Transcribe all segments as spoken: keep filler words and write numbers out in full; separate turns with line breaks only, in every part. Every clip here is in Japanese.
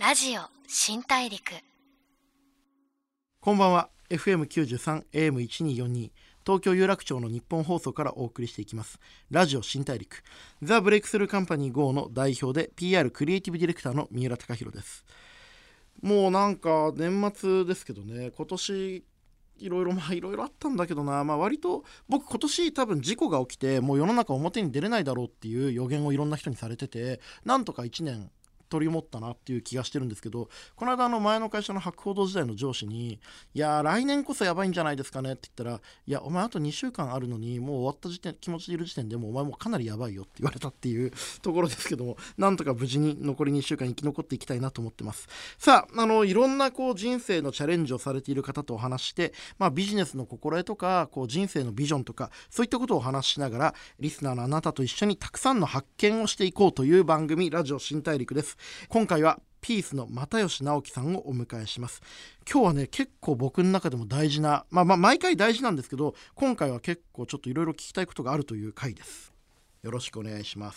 ラジオ新大陸。
こんばんは。 エフエムきゅうじゅうさん エーエムせんにひゃくよんじゅうに 東京有楽町の日本放送からお送りしていきますラジオ新大陸ザ・ブレイクスルーカンパニー ゴー の代表で ピーアール クリエイティブディレクターの三浦貴大です。もうなんか年末ですけどね、今年いろいろまあいろいろあったんだけどな、まあ割と僕今年多分事故が起きてもう世の中表に出れないだろうっていう予言をいろんな人にされてて、なんとかいちねん取り持ったなっていう気がしてるんですけど、この間あの前の会社の博報堂時代の上司にいや来年こそやばいんじゃないですかねって言ったら、いやお前あとにしゅうかんあるのにもう終わった時点気持ちでいる時点でもうお前もうかなりやばいよって言われたっていうところですけども、なんとか無事に残りにしゅうかん生き残っていきたいなと思ってます。さあ、あのいろんなこう人生のチャレンジをされている方とお話して、まあ、ビジネスの心得とかこう人生のビジョンとかそういったことをお話ししながらリスナーのあなたと一緒にたくさんの発見をしていこうという番組ラジオ新大陸です。今回はピースの又吉直樹さんをお迎えします。今日はね結構僕の中でも大事な、まあまあ毎回大事なんですけど、今回は結構ちょっといろいろ聞きたいことがあるという回です。よろしくお願いします。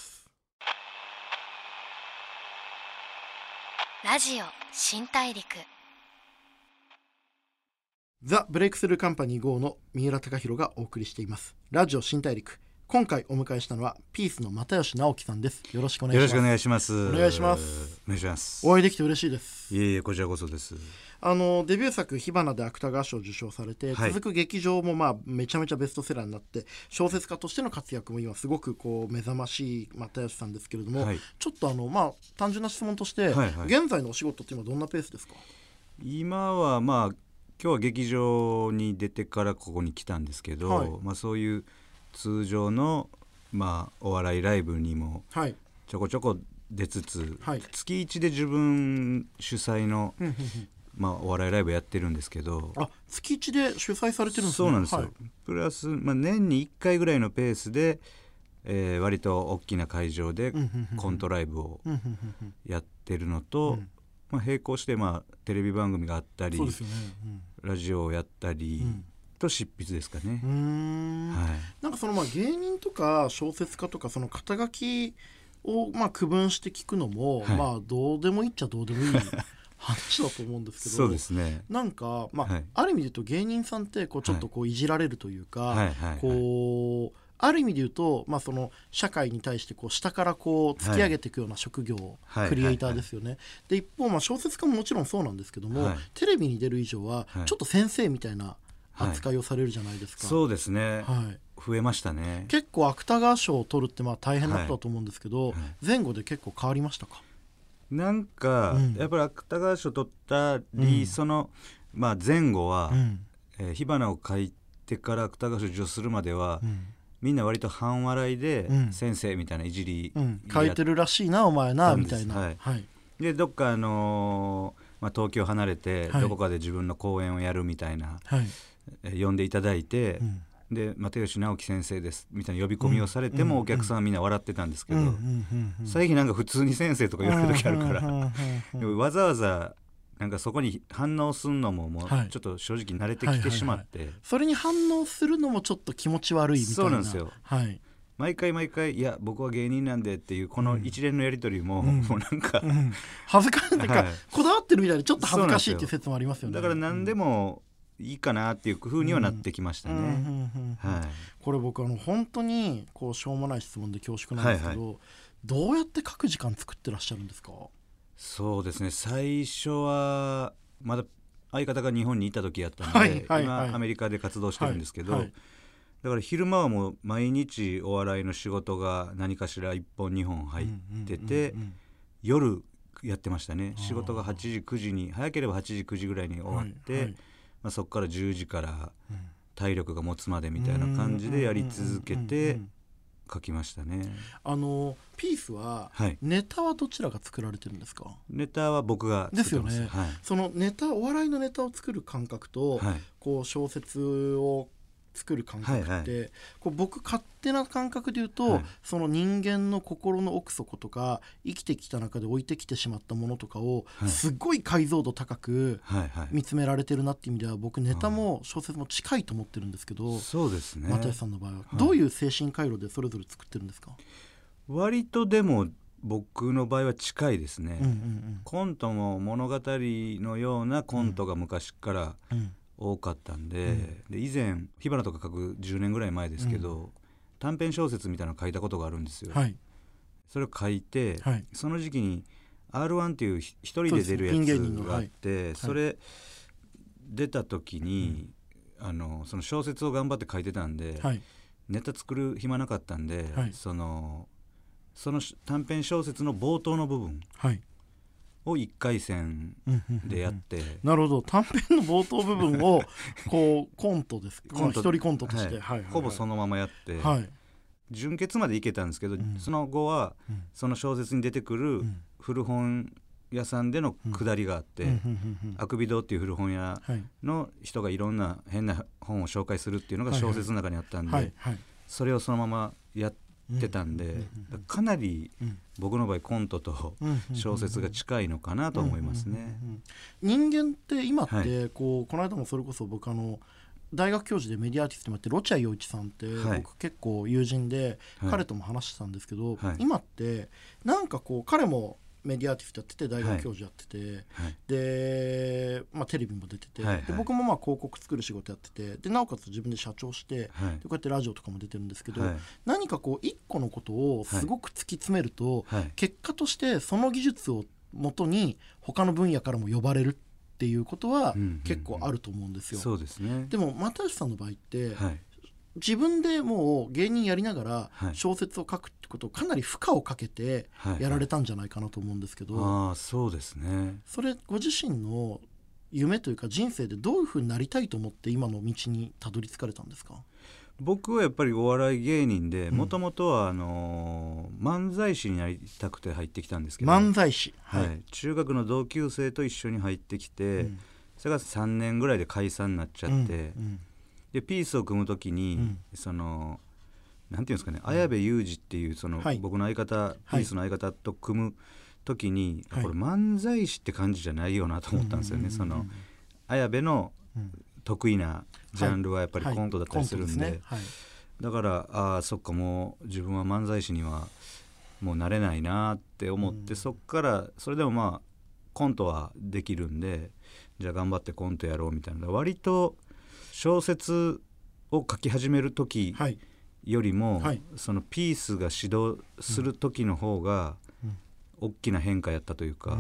ラジオ新大陸。
ザ・ブレイクスルーカンパニー ゴー の三浦貴大がお送りしていますラジオ新大陸。今回お迎えしたのはピースの又吉直樹さんです。よろしくお願いします。
よろしくお願いします。
お願いします。
お願いします。
お会いできて嬉しいです。
いえいえ、こちらこそです。
あのデビュー作火花で芥川賞を受賞されて、はい、続く劇場もまあめちゃめちゃベストセラーになって小説家としての活躍も今すごくこう目覚ましい又吉さんですけれども、はい、ちょっとあのまあ単純な質問として、はいはい、現在のお仕事って今どんなペースですか？
今はまあ今日は劇場に出てからここに来たんですけど、はい、まあ、そういう通常のまあ、お笑いライブにもちょこちょこ出つつ、はい、月いちで自分主催のまあ、お笑いライブやってるんですけど。
あ、月いちで主催されてるんですね。
そうなんですよ、はい、プラス、まあ、年にいっかいぐらいのペースで、えー、割と大きな会場でコントライブをやってるのと、まあ、並行して、まあ、テレビ番組があったり、そうですよね、うん、ラジオをやったり、うんと執筆ですかね。
うーん、はい、なんかそのまあ芸人とか小説家とかその肩書きをまあ区分して聞くのも、はい、まあどうでもいいっちゃどうでもいい話だと思うんですけど
そうですね、
なんか、まあはい、ある意味で言うと芸人さんってこうちょっとこういじられるというか、はい、こうある意味で言うと、まあ、その社会に対してこう下からこう突き上げていくような職業、はい、クリエイターですよね、はいはいはい、で一方、まあ、小説家ももちろんそうなんですけども、はい、テレビに出る以上はちょっと先生みたいな扱いをされるじゃないですか、
はい、そうですね、はい、増えましたね。
結構芥川賞を取るってまあ大変なことだと思うんですけど、はいはい、前後で結構変わりましたか？
なんか、うん、やっぱり芥川賞取ったり、うん、その、まあ、前後は、うんえー、火花を書いてから芥川賞受賞するまでは、うん、みんな割と半笑いで、うん、先生みたいないじり、
うん、書いてるらしいなお前なみたいな、
はいはい、でどっか、あのーまあ、東京離れて、はい、どこかで自分の講演をやるみたいな、はい呼んでいただいて、うん、で又吉直樹先生ですみたいな呼び込みをされても、うん、お客さんはみんな笑ってたんですけど、うん、最近なんか普通に先生とか言われる時あるからわざわざなんかそこに反応するのももうちょっと正直慣れてきてしまって、はいはいはいはい、
それに反応するのもちょっ恥ずかしいみたいな。
そうなんですよ、はい、毎回毎回いや僕は芸人なんでっていうこの一連のやり取りも、うん、もうなんか、うん、
恥ずかしい、はい、こだわってるみたいでちょっと恥ずかしいっていう説もありますよね。
だから何でもいいかなっていう風にはなってきましたね。
これ僕あの本当にこうしょうもない質問で恐縮なんですけど、はいはい、どうやって書く時間作ってらっしゃるんですか？
そうですね、最初はまだ相方が日本にいた時やったので、はいはいはい、今アメリカで活動してるんですけど、はいはい、だから昼間はもう毎日お笑いの仕事が何かしらいっぽんにほん入ってて、うんうんうんうん、夜やってましたね。仕事がはちじくじに早ければはちじくじぐらいに終わって、はいはい、まあ、そこからじゅうじから体力が持つまでみたいな感じでやり続けて書きましたね。
あのピースは、はい、ネタはどちらが作られてるんですか？
ネタは僕が作ってます
ですよね、はい、そのネタお笑いのネタを作る感覚と、はい、こう小説を作る感覚って、はいはい、こう僕勝手な感覚で言うと、はい、その人間の心の奥底とか生きてきた中で置いてきてしまったものとかを、はい、すごい解像度高く見つめられてるなっていう意味では僕ネタも小説も近いと思ってるんですけど、
そうですね、
又吉さんの場合は、はい、どういう精神回路でそれぞれ作ってるんですか？
割とでも僕の場合は近いですね、
うんうんうん、
コントも物語のようなコントが昔から多かったんで、うん、で以前火花とか書くじゅうねんぐらい前ですけど、うん、短編小説みたいなの書いたことがあるんですよ、はい、それを書いて、はい、その時期に アールワン っていう一人で出るやつがあって、はい、それ出た時に、うん、あのその小説を頑張って書いてたんで、はい、ネタ作る暇なかったんで、はい、そのその短編小説の冒頭の部分をいっかい戦でやって、はい、
なるほど、短編の冒頭部分をこうコントですか、一人コントとして、はいはいはい、
ほぼそのままやって、はい、準決までいけたんですけど、うん、その後は、うん、その小説に出てくる古本屋さんでの下りがあって、うん、あくび堂っていう古本屋の人がいろんな変な本を紹介するっていうのが小説の中にあったんで、はいはいはい、それをそのままやってたんで、うん、かなり僕の場合コントと小説が近いのかなと思いますね。
人間って今ってこう、はい、この間もそれこそ僕あの大学教授でメディアアーティストもやってロチャ陽一さんって僕結構友人で、はい、彼とも話してたんですけど、はい、今ってなんかこう彼もメディアアーティストやってて大学教授やってて、はい、で、まあ、テレビも出てて、はいはい、で僕もまあ広告作る仕事やってて、でなおかつ自分で社長して、はい、でこうやってラジオとかも出てるんですけど、はい、何かこう一個のことをすごく突き詰めると、はい、結果としてその技術をもとに他の分野からも呼ばれるっていうことは結構あると思うんですよ、
うんうんうん、そうですね。
でも又吉さんの場合って、はい、自分でもう芸人やりながら小説を書くってことをかなり負荷をかけてやられたんじゃないかなと思うんですけど、はいはい、
あ、そうですね。
それご自身の夢というか人生でどういうふうになりたいと思って今の道にたどり着かれたんですか？
僕はやっぱりお笑い芸人でもともとはあのー、漫才師になりたくて入ってきたんですけど、
漫才師、
はいはい、中学の同級生と一緒に入ってきて、うん、それがさんねんぐらいで解散になっちゃって、うんうん、でピースを組むときに、うん、そのなんていうんですかね、綾部祐二っていうその、はい、僕の相方、ピースの相方と組むときに、はい、これ漫才師って感じじゃないよなと思ったんですよね、うんうんうんうん、その綾部の得意なジャンルはやっぱりコントだったりするんで、はいはいはい、だからあそっかもう自分は漫才師にはもうなれないなって思って、うん、そっからそれでもまあコントはできるんでじゃあ頑張ってコントやろうみたいな、割と小説を書き始める時よりも、はいはい、そのピースが始動する時の方が大きな変化やったというか、うん、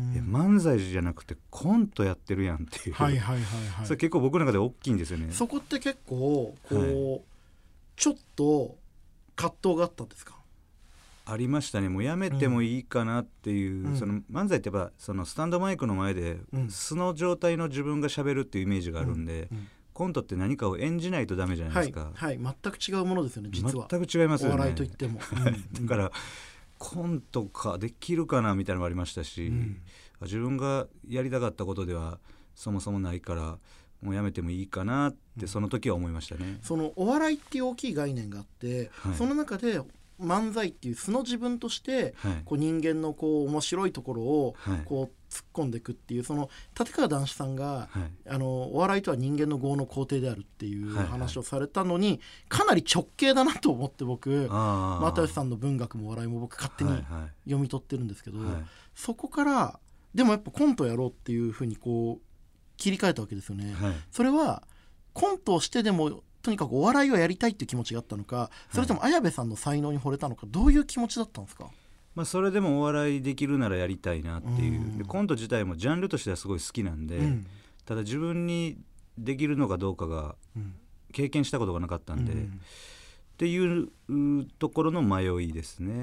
いや漫才師じゃなくてコントやってるやんっていう、はいはいはいはい、それ結構僕の中で大きいんですよね。
そこって結構こう、はい、ちょっと葛藤があったんですか？
ありましたね。もうやめてもいいかなっていう、うん、その漫才ってやっぱそのスタンドマイクの前で素の状態の自分が喋るっていうイメージがあるんで、うんうん、コントって何かを演じないとダメじゃないですか、
はいはい、全く違うものですよね実は。
全く違いますよね、
お笑いといっても、
うん、だからコントかできるかなみたいなのもありましたし、うん、自分がやりたかったことではそもそもないからもうやめてもいいかなってその時は思いましたね、うん、
そのお笑いっていう大きい概念があって、はい、その中で漫才っていう素の自分として、はい、こう人間のこう面白いところをこう突っ込んでいくっていう、その立川談志さんが、はい、あのお笑いとは人間の業の工程であるっていう話をされたのに、はいはい、かなり直径だなと思って僕又吉さんの文学も笑いも僕勝手に読み取ってるんですけど、はいはい、そこからでもやっぱコントやろうっていうふうにこう切り替えたわけですよね、はい、それはコントをしてでもとにかくお笑いをやりたいっていう気持ちがあったのか、それとも綾部さんの才能に惚れたのか、どういう気持ちだったんですか？
まあ、それでもお笑いできるならやりたいなっていう、でコント自体もジャンルとしてはすごい好きなんで、うん、ただ自分にできるのかどうかが経験したことがなかったんで、うん、っていうところの迷いですね、うん、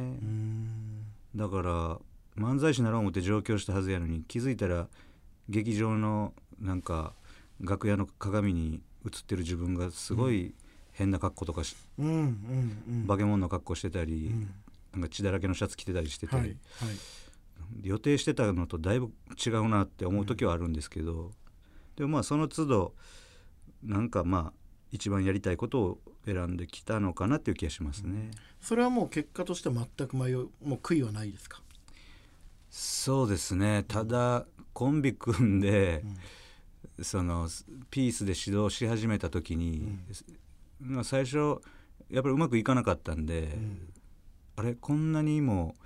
だから漫才師なら思って上京したはずやのに気づいたら劇場のなんか楽屋の鏡に映ってる自分がすごい変な格好とかし、うんうんうん、化け物の格好してたり、うん、なんか血だらけのシャツ着てたりしてて、はいはい、予定してたのとだいぶ違うなって思う時はあるんですけど、うん、でもまあその都度なんかまあ一番やりたいことを選んできたのかなっていう気がしますね、うん、
それはもう結果として全く迷いもう悔いはないですか？
そうですね、ただコンビ組んで、うんそのピースで指導し始めた時に、うん、最初やっぱりうまくいかなかったんで、うん、あれこんなにも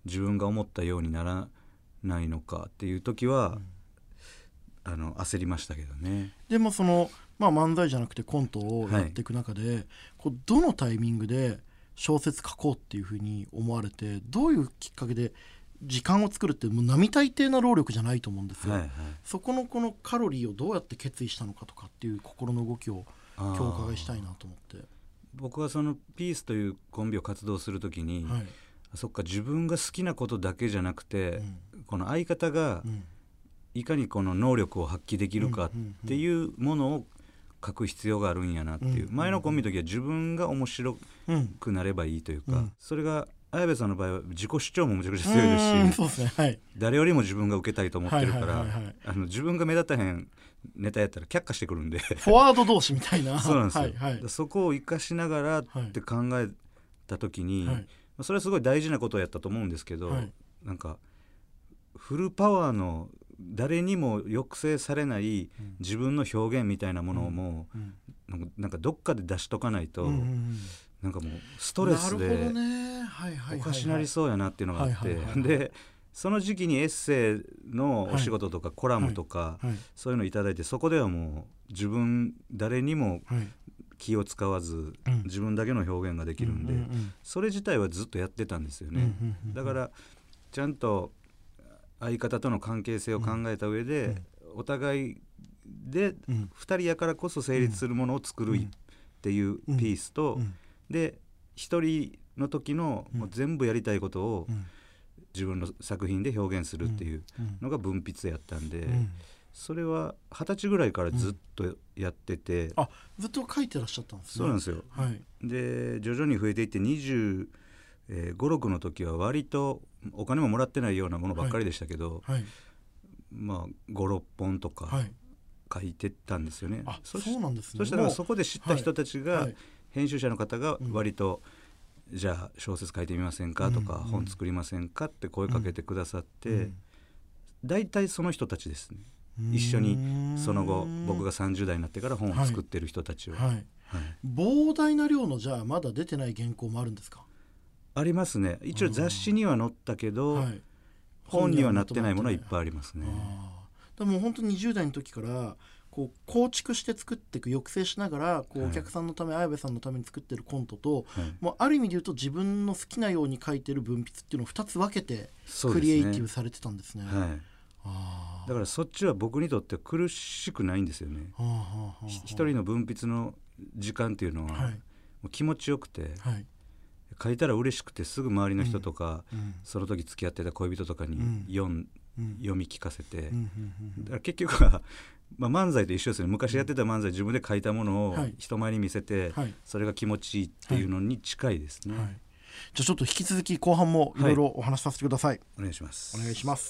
自分が思ったようにならないのかっていう時は、うん、あの焦りましたけどね。
でもその、まあ、漫才じゃなくてコントをやっていく中で、はい、こうどのタイミングで小説書こうっていうふうに思われて、どういうきっかけで時間を作るってもう並大抵な労力じゃないと思うんですよ、はいはい、そこのこのカロリーをどうやって決意したのかとかっていう心の動きを今日お伺いしたいなと思って。
僕はそのピースというコンビを活動するときに、はい、そっか自分が好きなことだけじゃなくて、うん、この相方がいかにこの能力を発揮できるかっていうものを書く必要があるんやなっていう、うんうんうん、前のコンビの時は自分が面白くなればいいというか、うん、それが綾部さんの場合は自己主張もむちゃくちゃ強いですし、
そうですね、はい、
誰よりも自分が受けたいと思ってるから、
はいはいはいはい、
あの自分が目立たへんネタやったら却下してくるんで
フォワード同士みたいな
そうなんですよ、
はいはい、
そこを生かしながらって考えた時に、はい、それはすごい大事なことをやったと思うんですけど、はい、なんかフルパワーの誰にも抑制されない自分の表現みたいなものをもう、うんうん、なんかどっかで出しとかないと、うんうんうん、なんかもうストレスでおかしなりそうやなっていうのがあって、でその時期にエッセイのお仕事とかコラムとか、はいはい、そういうのいただいて、そこではもう自分誰にも気を使わず、はい、自分だけの表現ができるんで、うんうんうん、それ自体はずっとやってたんですよね、うんうんうん、だからちゃんと相方との関係性を考えた上で、うん、お互いでふたりやからこそ成立するものを作るっていうピースと、うんうん、でひとりの時のもう全部やりたいことを自分の作品で表現するっていうのが文筆やったんで、それははたちぐらいからずっとやってて、うん、
あずっと書いてらっしゃったんですね。
そうなんですよ、はい、で徐々に増えていってにじゅうご、ろくの時は割とお金ももらってないようなものばっかりでしたけど、はいはい、まあご、ろっぽんとか書いてたんですよね、
はい、あそそうなんですね。
そしたらそこで知った人たちが、はいはい、編集者の方が割と、うん、じゃあ小説書いてみませんかとか、うんうん、本作りませんかって声かけてくださって、うん、大体その人たちですね。一緒にその後僕がさんじゅう代になってから本を作ってる人たちは、はいはいはい、
膨大な量のじゃあまだ出てない原稿もあるんですか？
ありますね。一応雑誌には載ったけど、はい、本にはなってないものはいっぱいありますね。
あでも本当ににじゅう代の時からこう構築して作っていく、抑制しながらこうお客さんのため、はい、綾部さんのために作ってるコントと、はい、もうある意味で言うと自分の好きなように書いてる文筆っていうのをふたつ分けてクリエイティブされてたんですね。
はい、あだからそっちは僕にとって苦しくないんですよね。はあはあはあ、一人の文筆の時間っていうのは、はい、もう気持ちよくて、はい、書いたら嬉しくてすぐ周りの人とか、うん、その時付き合ってた恋人とかに読ん、うん、読み聞かせて、うん、だから結局はまあ、漫才と一緒ですね。昔やってた漫才自分で書いたものを人前に見せて、はい、それが気持ちいいっていうのに近いですね、はいはい、
じゃあちょっと引き続き後半もいろいろお話しさせてください、
お願いします。
お願いします。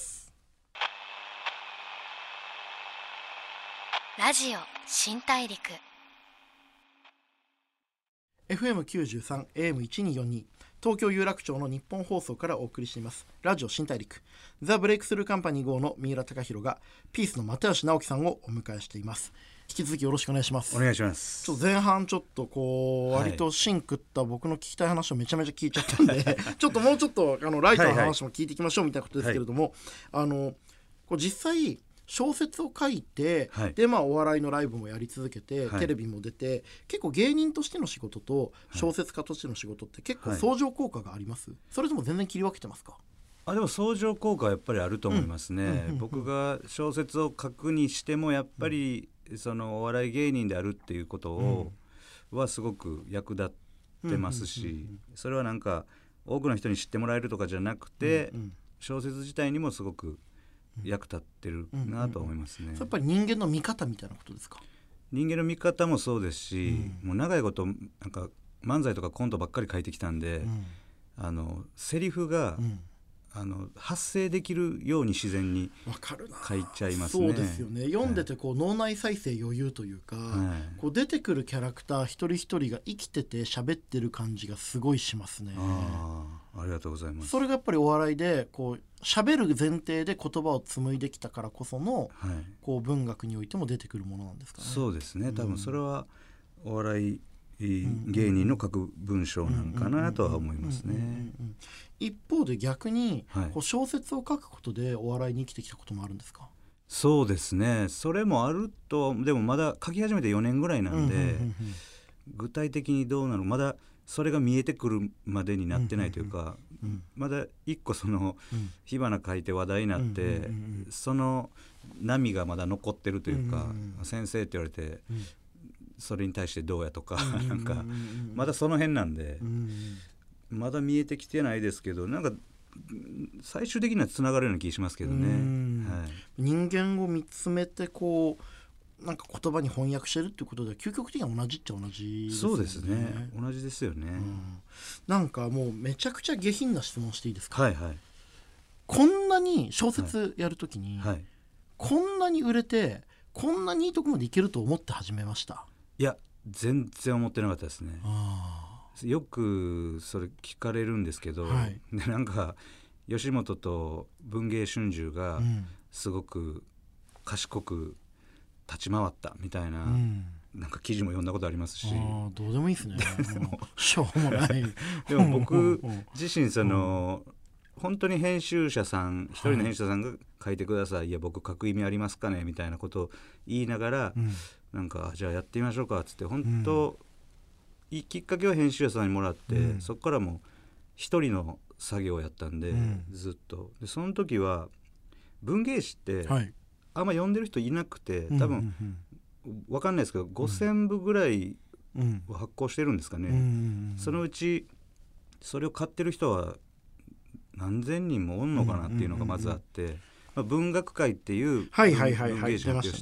ラジオ新大陸
エフエムきゅうじゅうさん エーエムせんにひゃくよんじゅうに 東京有楽町の日本放送からお送りしていますラジオ新大陸ザ・ブレイクスルーカンパニー号の三浦貴大がピースの又吉直樹さんをお迎えしています。引き続きよろしくお願いします。
お願いします。
ちょっと前半ちょっとこう割と芯食った僕の聞きたい話をめちゃめちゃ聞いちゃったんで、はい、ちょっともうちょっとあのライトな話も聞いていきましょうみたいなことですけれども、はいはい、あのこう実際小説を書いて、はい、でまあお笑いのライブもやり続けて、はい、テレビも出て、結構芸人としての仕事と小説家としての仕事って結構相乗効果があります、はい、それとも全然切り分けてますか？
あでも相乗効果はやっぱりあると思いますね、うんうんうんうん、僕が小説を書くにしてもやっぱり、うん、そのお笑い芸人であるっていうことを、うん、はすごく役立ってますし、うんうんうんうん、それはなんか多くの人に知ってもらえるとかじゃなくて、うんうん、小説自体にもすごく役立ってるなと思いますね、うんうんうん、
やっぱり人間の見方みたいなことですか？
人間の見方もそうですし、うん、もう長いことなんか漫才とかコントばっかり書いてきたんで、うん、あのセリフが、うん、あの発声できるように自然に書いちゃいますね。
そうですよね。読んでてこう、はい、脳内再生余裕というか、はい、こう出てくるキャラクター一人一人が生きてて喋ってる感じがすごいしますね。
ああ、ありがとうございます。
それがやっぱりお笑いでこう喋る前提で言葉を紡いできたからこその、はい、こう文学においても出てくるものなんですかね。
そうですね。多分それはお笑い芸人の書く文章なんかなとは思いますね。
一方で逆に、
はい、
こう小説を書くことでお笑いに生きてきたこともあるんですか？
そうですね、それもあると。でもまだ書き始めてよねんぐらいなんで、うんうんうんうん、具体的にどうなのまだそれが見えてくるまでになってないというか、うんうんうん、まだ一個その、うん、火花書いて話題になって、うんうんうん、その波がまだ残ってるというか、うんうん、先生って言われて、うん、それに対してどうやとか、うんうんうん、なんかまだその辺なんで、うんうん、まだ見えてきてないですけど、なんか最終的にはつながるような気がしますけどね、はい、
人間を見つめてこうなんか言葉に翻訳してるっていうことで究極的には同じっちゃ同じですよね。
そうですね、同じですよね、うん、
なんかもうめちゃくちゃ下品な質問していいですか？
はいはい。
こんなに小説やるときに、はいはい、こんなに売れてこんなにいいとこまでいけると思って始めました？
いや全然思ってなかったですね。あよくそれ聞かれるんですけど、はい、でなんか吉本と文藝春秋がすごく賢く立ち回ったみたいな、うん、なんか記事も読んだことありますし、
あどうでもいいですねしょうもない
でも僕自身その、うん、本当に編集者さん一人の編集者さんが書いてください、はい、いや僕書く意味ありますかねみたいなことを言いながら、うん、なんかじゃあやってみましょうかっつって本当、うんいいきっかけは編集者さんにもらって、うん、そこからもう一人の作業をやったんで、うん、ずっとでその時は文芸誌って、はい、あんま読んでる人いなくて多分、うんうんうん、分かんないですけどごせんぶぐらい発行してるんですかね、うんうんうん、そのうちそれを買ってる人は何千人もおんのかなっていうのがまずあって、うんうんうんうんまあ、文学界っていう文芸誌を発表して、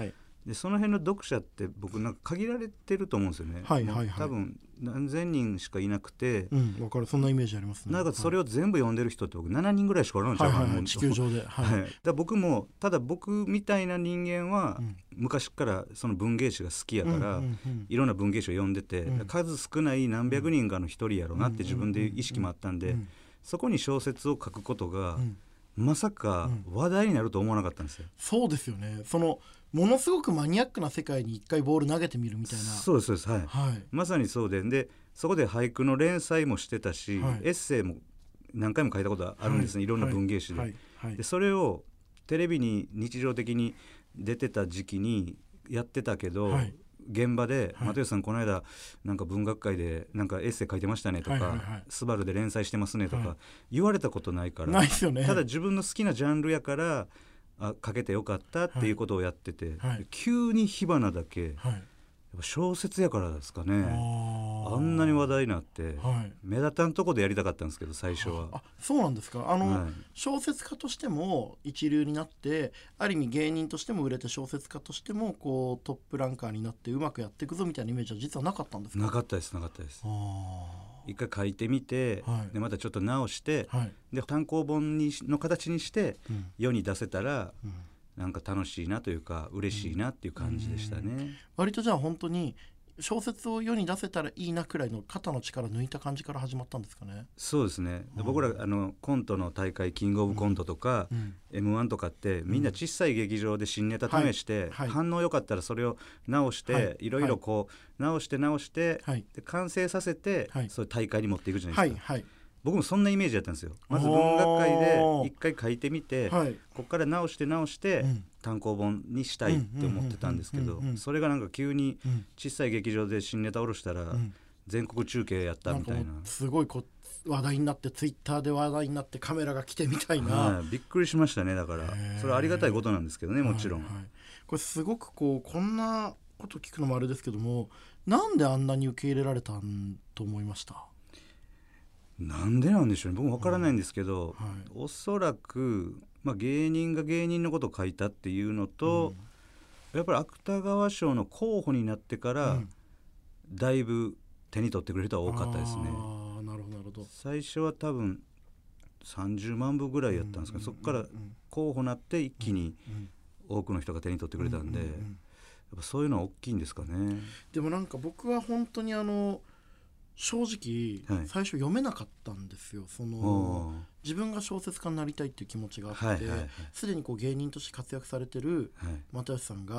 でその辺の読者って僕なんか限られてると思うんですよね、はいはいはい、多分何千人しかいなくて、
うん、分かるそんなイメージありますね。
なんかそれを全部読んでる人って僕ななにんぐらいしかおらんちゃうかな、はいはいはい、
地球上で、はいはい、
だから僕もただ僕みたいな人間は、うん、昔からその文芸誌が好きやから、うんうんうん、いろんな文芸誌を読んでて、うん、数少ない何百人かの一人やろうなって自分で意識もあったんで、うんうんうん、そこに小説を書くことが、うんまさか話題になると思わなかったんですよ、うん、
そうですよね。そのものすごくマニアックな世界に一回ボール投げてみるみたいな。
そうですそうです、はいはい、まさにそうで、でそこで俳句の連載もしてたし、はい、エッセイも何回も書いたことあるんですね、はい、いろんな文芸誌で、はいはい、でそれをテレビに日常的に出てた時期にやってたけど、はい、現場で、はい、又吉さんこの間なんか文学界でなんかエッセイ書いてましたねとか、はいはいはい、スバルで連載してますねとか、はい、言われたことないから
ないですよね。
ただ自分の好きなジャンルやからあ書けてよかったっていうことをやってて、はい、急に火花だけ、はい、やっぱ小説やからですかね、 あ, あんなに話題になって、はい、目立たんとこでやりたかったんですけど最初は。
あそうなんですか。あの、はい、小説家としても一流になってある意味芸人としても売れて小説家としてもこうトップランカーになってうまくやっていくぞみたいなイメージは実はなかったんですか？
なかったですなかったです。あ一回書いてみて、はい、でまたちょっと直して、はい、で単行本にの形にして世に出せたら、うん、なんか楽しいなというか嬉しいなっていう感じでしたね、うん、
割とじゃあ本当に小説を世に出せたらいいなくらいの肩の力抜いた感じから始まったんですかね。
そうですね。で僕らあのコントの大会キングオブコントとか、うん、エムワン とかってみんな小さい劇場で新ネタ試して、うんはい、反応良かったらそれを直して、はい、いろいろこう直して直して、はい、で完成させて、はい、そういう大会に持っていくじゃないですか、はいはい、僕もそんなイメージだったんですよ。まず文学界で一回書いてみて、はい、ここから直して直して、うん単行本にしたいって思ってたんですけど、それがなんか急に小さい劇場で新ネタ下ろしたら全国中継やったみたいな、
なんかすごいこう話題になってツイッターで話題になってカメラが来てみたいな、
はい、びっくりしましたね。だからそれはありがたいことなんですけどね、もちろん、
はいはい、これすごくこうこんなこと聞くのもあれですけども、なんであんなに受け入れられたんと思いました？
なんでなんでしょうね、僕も分からないんですけど、はいはい、おそらくまあ、芸人が芸人のことを書いたっていうのと、うん、やっぱり芥川賞の候補になってから、うん、だいぶ手に取ってくれる人は多かったですね。
あなるほどなるほど。
最初は多分さんじゅうまんぶぐらいやったんですけど、そこから候補になって一気に多くの人が手に取ってくれたんで、やっぱそういうのは大きいんですかね。
でもなんか僕は本当にあの正直、はい、最初読めなかったんですよ。その自分が小説家になりたいっていう気持ちがあって、すで、はいはいはい、にこう芸人として活躍されてる又吉さんが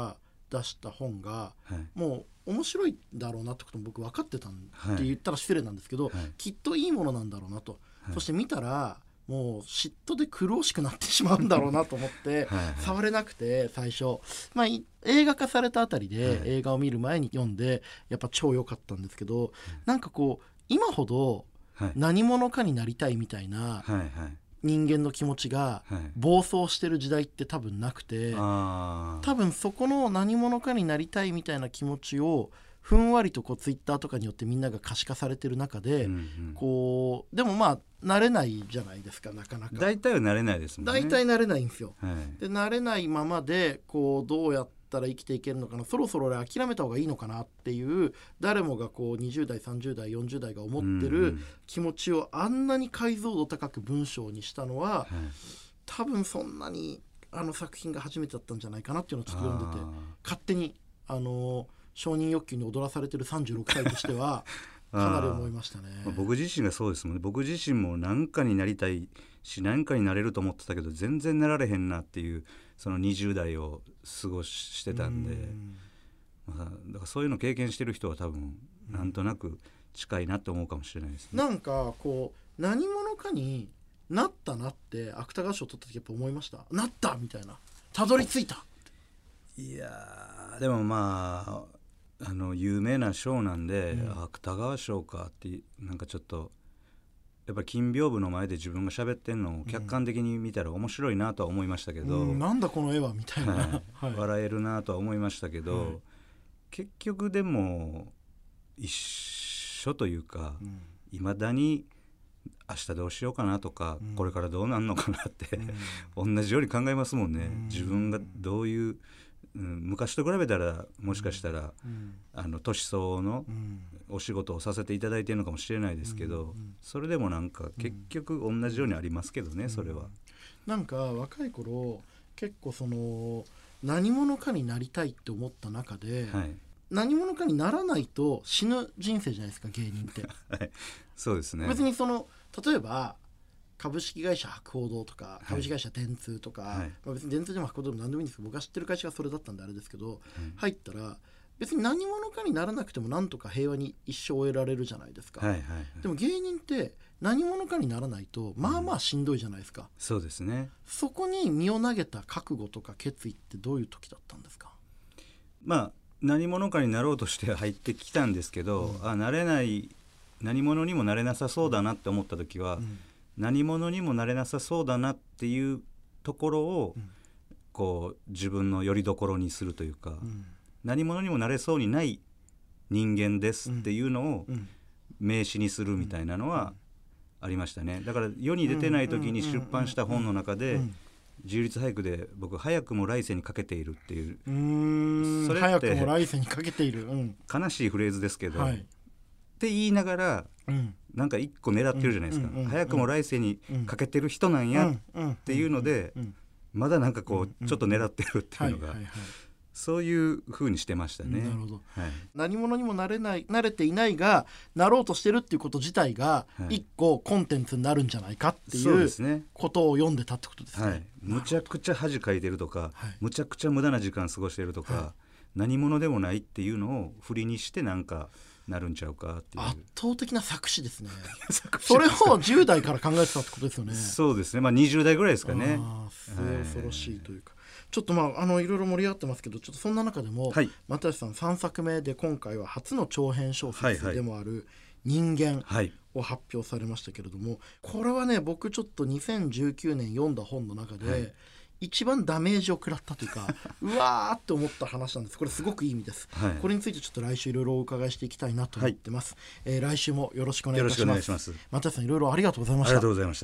出した本が、
はい、
もう面白いんだろうなってことも僕分かってたん、
はい、
って言ったら失礼なんですけど、
はい、
きっといいものなんだろうなと、
はい、
そして見たらもう嫉妬で苦しくなってしまうんだろうなと思って
はい、はい、
触れなくて最初、まあ、映画化されたあたりで、
はい、
映画を見る前に読んでやっぱ超良かったんですけど、うん、なんかこう今ほど何者かになりたいみたいな人間の気持ちが暴走してる時代って多分なくて、多分そこの何者かになりたいみたいな気持ちをふんわりとこうツイッターとかによってみんなが可視化されてる中で、うんうん、こうでもまあ慣れないじゃないですか、なかなか
大体は慣れないですもんね。
大体慣れないんですよ、
はい、
で慣れないままでこうどうやったら生きていけるのかな、そろそろ俺諦めた方がいいのかなっていう誰もがこうにじゅう代さんじゅう代よんじゅう代が思ってる気持ちをあんなに解像度高く文章にしたのは、はい、多分そんなにあの作品が初めてだったんじゃないかなっていうのをちょっと読んでて勝手にあの承認欲求に踊らされてるさんじゅうろくさいとしてはかなり思いましたね。
僕自身がそうですもんね。僕自身も何かになりたいし何かになれると思ってたけど全然なられへんなっていうそのにじゅう代を過ごしてたんで、ん、まあ、だからそういうの経験してる人は多分なんとなく近いなって思うかもしれないですね。
なんかこう何者かになったなって芥川賞取った時やっぱ思いました。なったみたいな、たどり着いた。
いやでもまああの有名な賞なんで、うん、芥川賞かってなんかちょっとやっぱり金屏風の前で自分が喋ってんのを客観的に見たら面白いなとは思いましたけど、
うん、なんだこの絵はみたいな、
はいはい、笑えるなとは思いましたけど、はい、結局でも一緒というかいま、うん、だに明日どうしようかなとか、うん、これからどうなんのかなって、うん、同じように考えますもんね、うん、自分がどういううん、昔と比べたらもしかしたら、うん、あの年相応のお仕事をさせていただいているのかもしれないですけど、うんうん、それでもなんか結局同じようにありますけどね、うん、それは。
なんか若い頃結構その何者かになりたいって思った中で、はい、何者かにならないと死ぬ人生じゃないですか、芸人って、
はい、そうですね。
別にその例えば株式会社博報堂とか株式会社電通とか、はい、まあ、別に電通でも博報堂でも何でもいいんですけど、僕が知ってる会社がそれだったんであれですけど、はい、入ったら別に何者かにならなくてもなんとか平和に一生終えられるじゃないですか、はいはいはい、でも芸人って何者かにならないとまあまあしんどいじゃないですか、うん、
そうですね。
そこに身を投げた覚悟とか決意ってどういう時だったんですか？
まあ何者かになろうとして入ってきたんですけど、うん、あなれない何者にもなれなさそうだなって思った時は、うん、何者にもなれなさそうだなっていうところを、うん、こう自分の拠り所にするというか、うん、何者にもなれそうにない人間ですっていうのを名詞にするみたいなのはありましたね。だから世に出てない時に出版した本の中で自由律俳句で僕早くも来世にかけているっていう、
うーん、それって早くも来世にかけている、うん、
悲しいフレーズですけど、はい、って言いながら、うん、なんか一個狙ってるじゃないですか、うんうんうん、早くも来世にかけてる人なんやっていうので、うんうんうん、まだなんかこうちょっと狙ってるっていうのが、はいはいはい、そういう風にしてましたね。
なるほど、はい、何者にもなれない、慣れていないがなろうとしてるっていうこと自体が一個コンテンツになるんじゃないかっていうことを読んでたってことですね。はい、
むちゃくちゃ恥かいてるとか、はい、むちゃくちゃ無駄な時間過ごしてるとか、はい、何者でもないっていうのを振りにしてなんかなるんちゃうかっていう
圧倒的な作詞ですねそれをじゅう代から考えてたってことですよね。
そうですね、まあ、にじゅう代ぐらいですかね。
あ、恐ろしいというか、ちょっとまああのいろいろ盛り上がってますけど、ちょっとそんな中でも、はい、又吉さんさんさくめで今回は初の長編小説でもある人間を発表されましたけれども、はい、これはね僕ちょっとにせんじゅうきゅうねん読んだ本の中で、はい、一番ダメージを食らったというかうわーって思った話なんです。これすごくいい意味です、はい、これについてちょっと来週いろいろお伺いしていきたいなと思ってます、はい、えー、来週もよろしくお願いいたします。又吉さんいろいろありがとうございました。
ありがとうございました。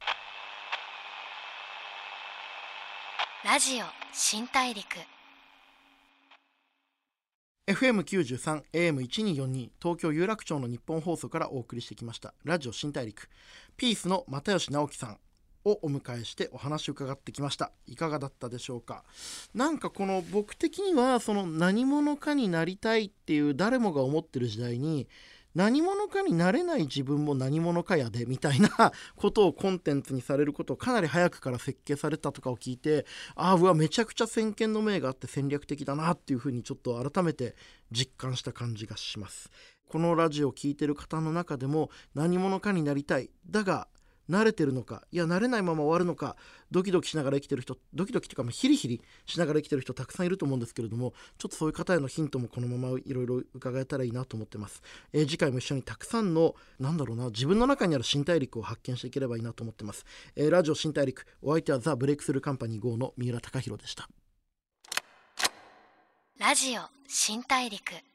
ラジオ新大陸
エフエムきゅうじゅうさん エーエムせんにひゃくよんじゅうに 東京有楽町の日本放送からお送りしてきましたラジオ新大陸、ピースの又吉直樹さんをお迎えしてお話を伺ってきました。いかがだったでしょうか。なんかこの僕的にはその何者かになりたいっていう誰もが思ってる時代に何者かになれない自分も何者かやでみたいなことをコンテンツにされることをかなり早くから設計されたとかを聞いて、ああうわめちゃくちゃ先見の明があって戦略的だなっていうふうにちょっと改めて実感した感じがします。このラジオを聞いてる方の中でも何者かになりたい、だが慣れてるのか、いや慣れないまま終わるのか、ドキドキしながら生きてる人、ドキドキというかヒリヒリしながら生きてる人たくさんいると思うんですけれども、ちょっとそういう方へのヒントもこのままいろいろ伺えたらいいなと思ってます。えー、次回も一緒にたくさんのなんだろうな自分の中にある新大陸を発見していければいいなと思ってます。えー、ラジオ新大陸、お相手はザ・ブレイクスルーカンパニー ゴー の三浦貴大でした。
ラジオ新大陸。